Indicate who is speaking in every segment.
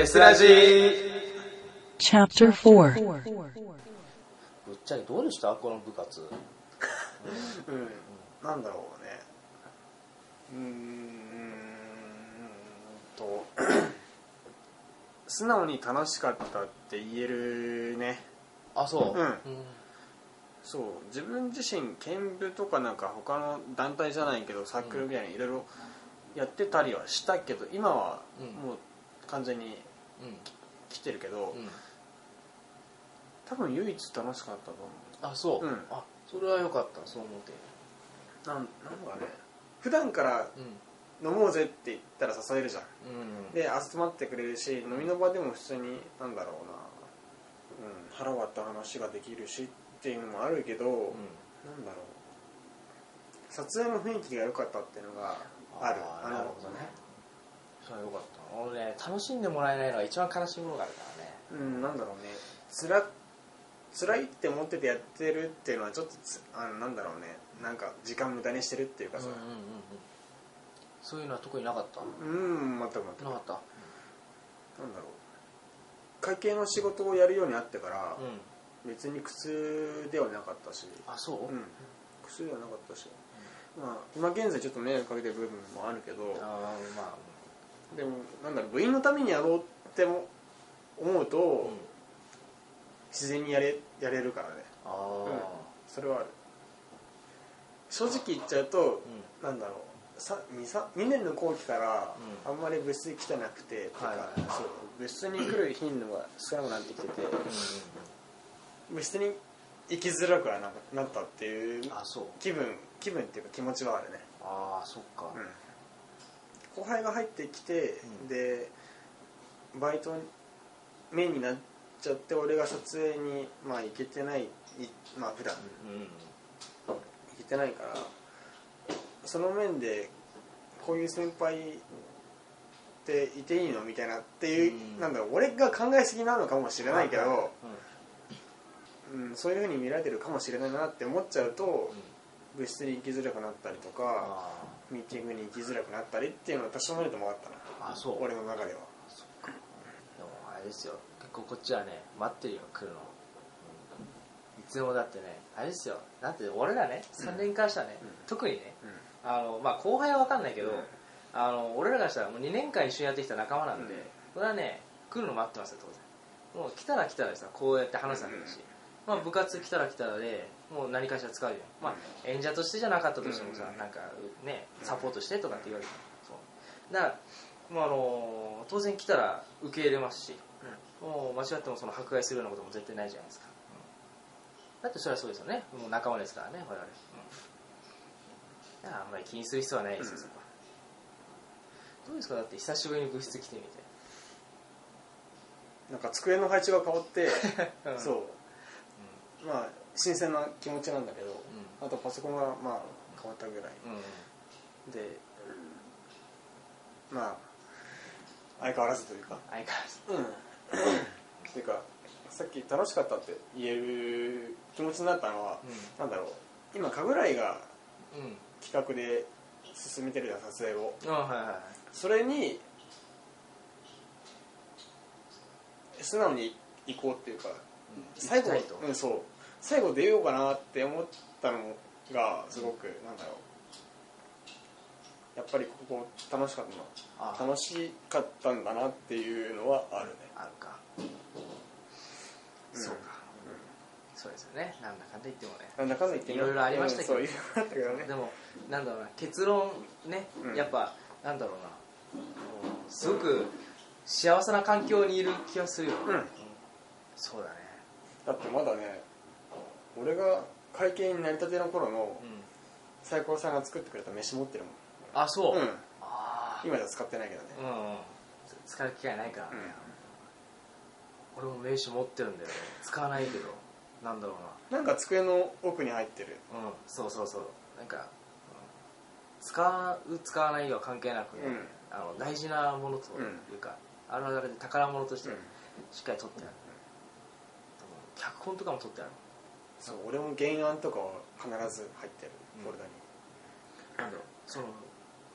Speaker 1: テスラジー
Speaker 2: Chapter 4
Speaker 1: ぶっちゃけどうでしたこの部活、
Speaker 3: なんだろうね素直に楽しかったって言えるね。
Speaker 1: あ、そう、
Speaker 3: そう自分自身剣舞とかなんか他の団体じゃないけどサークルぐらいにいろいろやってたりはしたけど、今はもう完全に来てるけど、多分唯一楽しかったと思う。
Speaker 1: あ、そう、あ、それは良かった。そう思って
Speaker 3: なんかね、普段から飲もうぜって言ったら誘えるじゃん、で集まってくれるし、飲みの場でも普通になんだろうな、腹割った話ができるしっていうのもあるけど、なんだろう、撮影の雰囲気が良かったっていうのがある。
Speaker 1: なるほどね。それは良かった。俺ね、楽しんでもらえないのが一番悲しいものがあるからね。
Speaker 3: なんだろうね、辛いって思っててやってるっていうのはちょっとなんだろうね、なんか時間無駄にしてるっていうかさ、
Speaker 1: そういうのは特になかった。
Speaker 3: 全くなかった。
Speaker 1: なんだろう、
Speaker 3: 会計の仕事をやるようになってから、別に苦痛ではなかったし。
Speaker 1: あ、そう、
Speaker 3: 苦痛ではなかったし、まあ今現在ちょっと迷惑かけてる部分もあるけど、でもなんだろう、部員のためにやろうっても思うと、自然にやれるからね。それはある。正直言っちゃうと、なんだろう、2年の後期からあんまり部室に来てなくて、そう部室に来る頻度が少なくなってきてて、部室に行きづらくはなったっていう気分っていうか気持ちはあるね。
Speaker 1: ああ、そっか。
Speaker 3: 後輩が入ってきて、でバイトメインになっちゃって、俺が撮影に行けてない、普段行けてないから、その面でこういう先輩っていていいのみたいなっていう、なんだろう、俺が考えすぎなのかもしれないけど、そういう風に見られてるかもしれないなって思っちゃうと、部室に行きづらくなったりとか、ミーティングに行きづらくなったりっていうのは多少なりともあったな。
Speaker 1: あ、そう。
Speaker 3: 俺の中では。
Speaker 1: そっか。でもあれですよ、結構こっちはね、待ってるよ、来るの。いつでもだってね、あれですよ、だって俺らね、3年間したらね、特にね、後輩は分かんないけど、俺らがしたらもう2年間一緒にやってきた仲間なんで、これはね、来るの待ってますよ、当然。もう来たらでさ、こうやって話すわけだし、部活来たらで、もう何かしら使うじゃん。演者としてじゃなかったとしてもさ、なんかね、サポートしてとかって言われて、そうだからもう当然来たら受け入れますし、もう間違ってもその迫害するようなことも絶対ないじゃないですか。だってそれはそうですよね、もう仲間ですからね、我々。あんまり気にする必要はないですよ、そこは。どうですか、だって久しぶりに部室来てみて。
Speaker 3: なんか机の配置が変わってそう、新鮮な気持ちなんだけど、あとパソコンが変わったぐらい、で相変わらずというか、っていうか、さっき楽しかったって言える気持ちになったのは、なんだろう、今神楽井が企画で進めてるじゃん、撮影を。それに素直に行こうっていうか、最後出ようかなって思ったのがすごく、なんだろう、やっぱりここ楽しかったんだなっていうのはあるね。
Speaker 1: あるか。そうか。そうですよね。なんだかんだ言ってもね。
Speaker 3: なんだかんだ言って
Speaker 1: いろいろありましたけど。
Speaker 3: そういろいろあったけどね。
Speaker 1: でもなんだろうな、結論ね、やっぱなんだろうな、すごく幸せな環境にいる気がするよ。そうだね。
Speaker 3: だってまだね、俺が会計になりたての頃の斉藤さんが作ってくれた飯持ってるもん。
Speaker 1: あ、そう。
Speaker 3: 今じゃ使ってないけどね。
Speaker 1: 使う機会ないからね。俺も名刺持ってるんだよね。使わないけど、なんだろう
Speaker 3: な。なんか机の奥に入ってる。
Speaker 1: そう。なんか使う使わないは関係なくね、大事なものというか、あれで宝物としてしっかり取ってある。脚本とかも取ってある。
Speaker 3: そう、俺も原案とかは必ず入ってるフォルダに。
Speaker 1: なんだろう、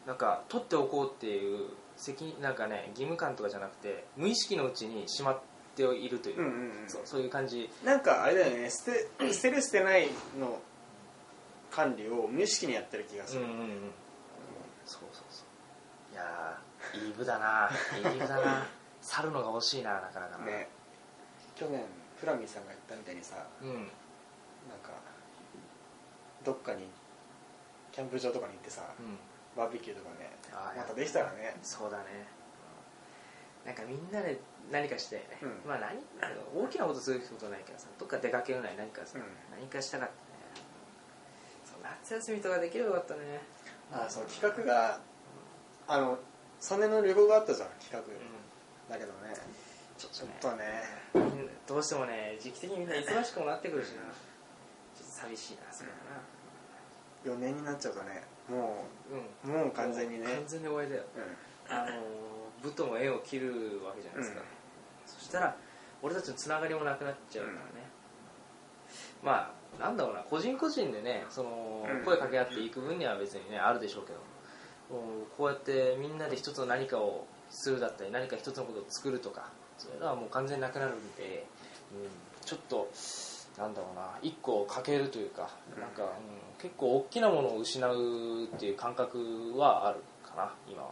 Speaker 1: なんか取っておこうっていうなんかね義務感とかじゃなくて無意識のうちにしまっているという、そういう感じ。
Speaker 3: なんかあれだよね、捨てる捨てないの管理を無意識にやってる気がする。
Speaker 1: そういやーいい部だないい部だな去るのが欲しいな、なかなか
Speaker 3: ね。去年フラミーさんが言ったみたいにさ、なんかどっかにキャンプ場とかに行ってさ、バーベキューとかね、またできたらね。
Speaker 1: そうだね、なんかみんなで何かしてね、まあ大きなことすることないけどさ、どっか出かけるなり何かさ、何かしたかったね。夏休みとかできればよかったね。
Speaker 3: そう企画が3年の旅行があったじゃん、企画、だけどねちょっとね
Speaker 1: どうしてもね時期的にみんな忙しくもなってくるしな、ちょっと寂しいなそれはな。
Speaker 3: 4年になっちゃうとね、もう完全にね、
Speaker 1: 完全に終わりだよ。部とも縁を切るわけじゃないですか、そしたら俺たちのつながりもなくなっちゃうからね、まあなんだろうな、個人個人でねその声かけ合っていく分には別にねあるでしょうけど、こうやってみんなで一つの何かをするだったり何か一つのことを作るとか、そういうのはもう完全になくなるんで、ちょっとなんだろうな、一個欠けるというか、なんか、結構大きなものを失うっていう感覚はあるかな今は。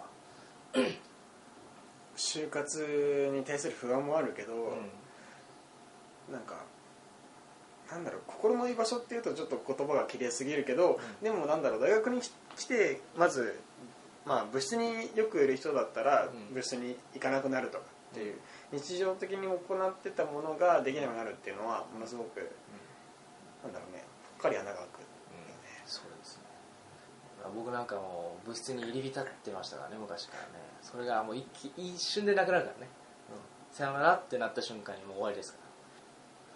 Speaker 3: 就活に対する不安もあるけど、なんかなんだろう、心の居場所っていうとちょっと言葉が綺麗すぎるけど、でもなんだろう、大学に来てまず、部室によくいる人だったら部室に行かなくなるとかっていう、日常的に行ってたものができなくなるっていうのはものすごく、なんだろうね、ぽっかり穴が開く、
Speaker 1: そうですね。僕なんかも部室に入り浸ってましたからね、昔からね。それがもう一瞬でなくなるからね、さよならってなった瞬間にもう終わりですから。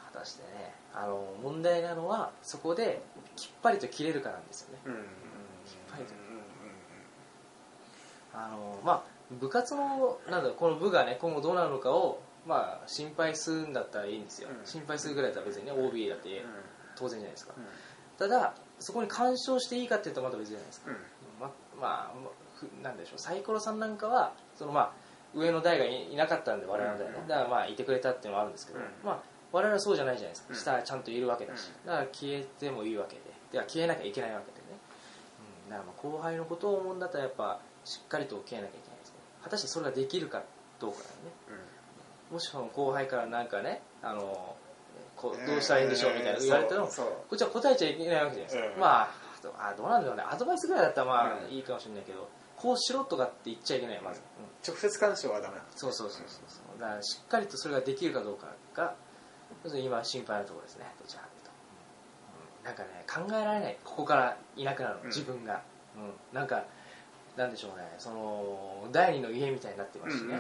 Speaker 1: 果たしてね、問題なのはそこできっぱりと切れるかなんですよね、きっぱりと、部活のこの部がね今後どうなるのかを心配するんだったらいいんですよ、心配するぐらいだったら別にね OB だって当然じゃないですか、ただそこに干渉していいかっていうとまた別じゃないですか、なんでしょう、サイコロさんなんかはその上の代がいなかったんで我々の代ね、だからいてくれたっていうのはあるんですけど、我々はそうじゃないじゃないですか、下はちゃんといるわけだし、だから消えてもいいわけで、消えなきゃいけないわけでね、だから後輩のことを思うんだったらやっぱしっかりと消えなきゃいけないですね。果たしてそれができるかどうかだよね、もしその後輩からなんかねどうしたらいいんでしょうみたいな言われても、こっちは答えちゃいけないわけじゃないですか、どうなんだろうね、アドバイスぐらいだったらいいかもしれないけど、こうしろとかって言っちゃいけない、まず、
Speaker 3: 直接干渉はダメだ。
Speaker 1: そうだからしっかりとそれができるかどうかが今心配なところですね、どちらかというと、なんかね考えられない、ここからいなくなるの、自分が、なんかなんでしょうね、その第二の家みたいになってますしね、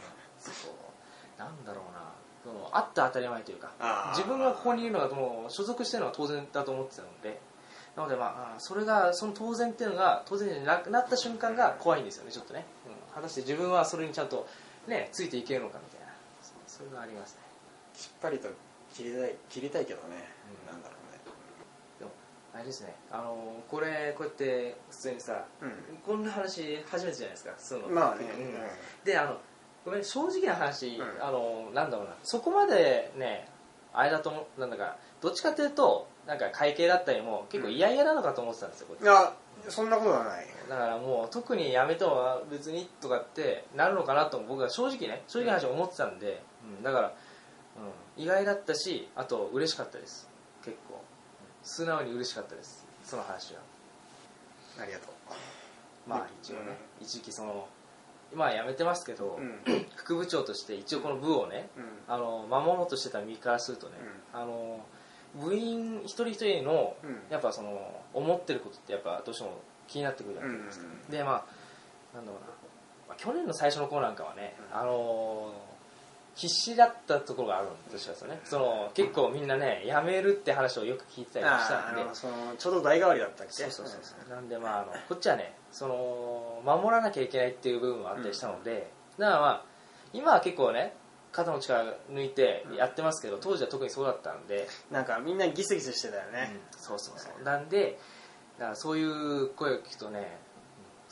Speaker 1: なんだろうな、あって当たり前というか、自分がここにいるのがもう所属してるのは当然だと思ってたので、なのでそれがその当然っていうのが当然じゃなくなった瞬間が怖いんですよね、ちょっとね、果たして自分はそれにちゃんとねついていけるのかみたいな、それがありますね。
Speaker 3: しっかりと切りたいけどね、なんだろうね。
Speaker 1: でもあれですね、こうやって普通にさ、こんな話初めてじゃないですか、でごめん、正直な話、なんだろうな、そこまでねあれだとなんだかどっちかというとなんか会計だったりも結構嫌々なのかと思ってたんですよ、こっち。
Speaker 3: いやそんなことはない。
Speaker 1: だからもう特にやめても別にとかってなるのかなと僕は正直な話思ってたんで、だから、意外だったし、あと嬉しかったです、結構素直に嬉しかったです、その話は。
Speaker 3: ありがとう。
Speaker 1: 一応ね、一時期今は辞めてますけど、副部長として一応この部をね、守ろうとしてた身からするとね、部員一人一人のやっぱ思ってることってやっぱどうしても気になってくるじゃないですか、でなんだろうな、去年の最初の頃なんかはね、必死だったところがあるんですよね、結構みんなね辞めるって話をよく聞いてたりしたんで、
Speaker 3: ちょうど代替わりだったっけ。
Speaker 1: なんでこっちはね守らなきゃいけないっていう部分があったりしたので、だから今は結構ね肩の力抜いてやってますけど、当時は特にそうだったんで、
Speaker 3: なんかみんなギスギスしてたよね、
Speaker 1: そうなんで、だからそういう声を聞くとね、普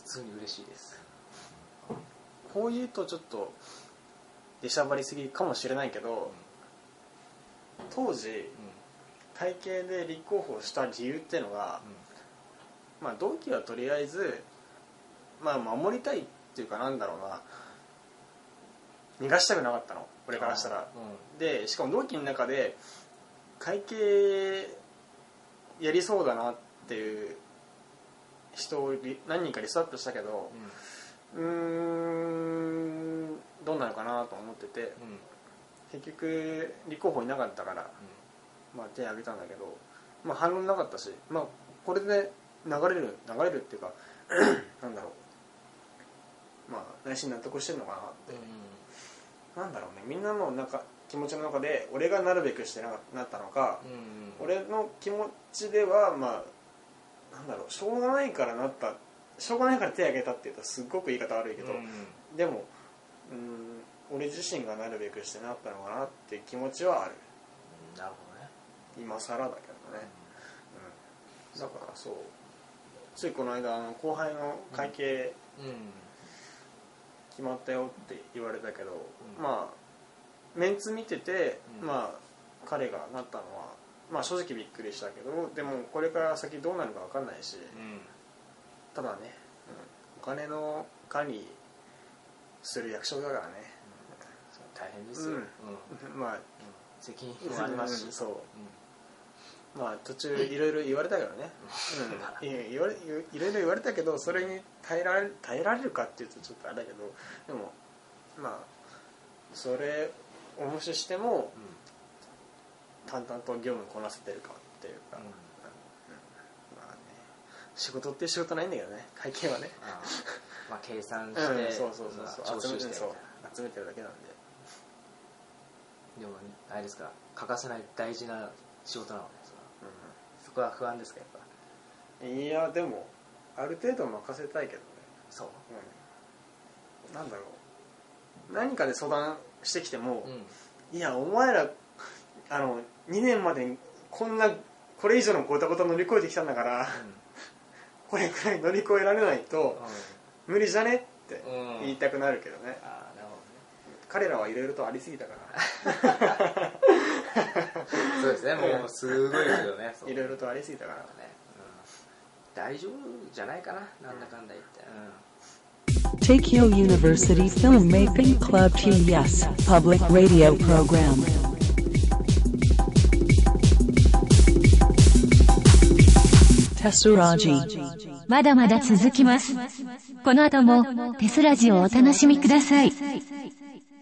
Speaker 1: 通に嬉しいです。
Speaker 3: こう言うとちょっと出しゃばりすぎかもしれないけど、当時、体系で立候補した理由っていうのが、まあ同期はとりあえずまあ守りたいっていうか、なんだろうな、逃がしたくなかったの、俺からしたら。でしかも同期の中で会計やりそうだなっていう人を何人かリストアップしたけど、どうなのかなと思ってて、結局立候補いなかったから、まあ手挙げたんだけど、まあ反論なかったし、まあこれで流れるっていうかなんだろう、まあ内心納得してるのかなって、なんだろうね、みんなの気持ちの中で俺がなるべくしてなったのか、俺の気持ちではまあなんだろう、しょうがないから手を挙げたっていうとすっごく言い方悪いけど、でも俺自身がなるべくしてなったのかなっていう気持ちはある。
Speaker 1: なるほどね。
Speaker 3: 今更だけどね、だからそう、ついこの間後輩の会計決まったよって言われたけど、まあメンツ見てて、まあ彼がなったのはまあ正直びっくりしたけど、でもこれから先どうなるか分かんないし、ただね、お金の管理する役所だからね、
Speaker 1: 大変ですよ。
Speaker 3: まあ
Speaker 1: 責任もありますし、
Speaker 3: そう、まあ途中いろいろ言われたけどね、いろいろ言われたけど、それに耐えられるかっていうとちょっとあれだけど、でもまあそれを無視しても、淡々と業務こなせてるかっていうか、まあね、仕事って仕事ないんだけどね、会計はね、
Speaker 1: まあ計算して
Speaker 3: そう
Speaker 1: 徴収して
Speaker 3: 集めてるだけなんで。
Speaker 1: でもあれですか、欠かせない大事な仕事なので、そこは不安ですか、やっぱ。
Speaker 3: いやでもある程度任せたいけどね。
Speaker 1: そう、
Speaker 3: なんだろう、何かで相談してきても、いやお前ら2年までにこれ以上のごたごた乗り越えてきたんだから、これくらい乗り越えられないと無理じゃねって言いたくなるけどね。彼らはいろいろとありすぎたから
Speaker 1: そうですね、もうすごいですよね、
Speaker 3: いろいろとありすぎたからね、
Speaker 1: 大丈夫じゃないかな、なんだかんだ言って。
Speaker 2: Tokyo University Filmmaking Club TES Public Radio Program Tesuraji
Speaker 4: まだまだ続きます。この後もテスラジをお楽しみください。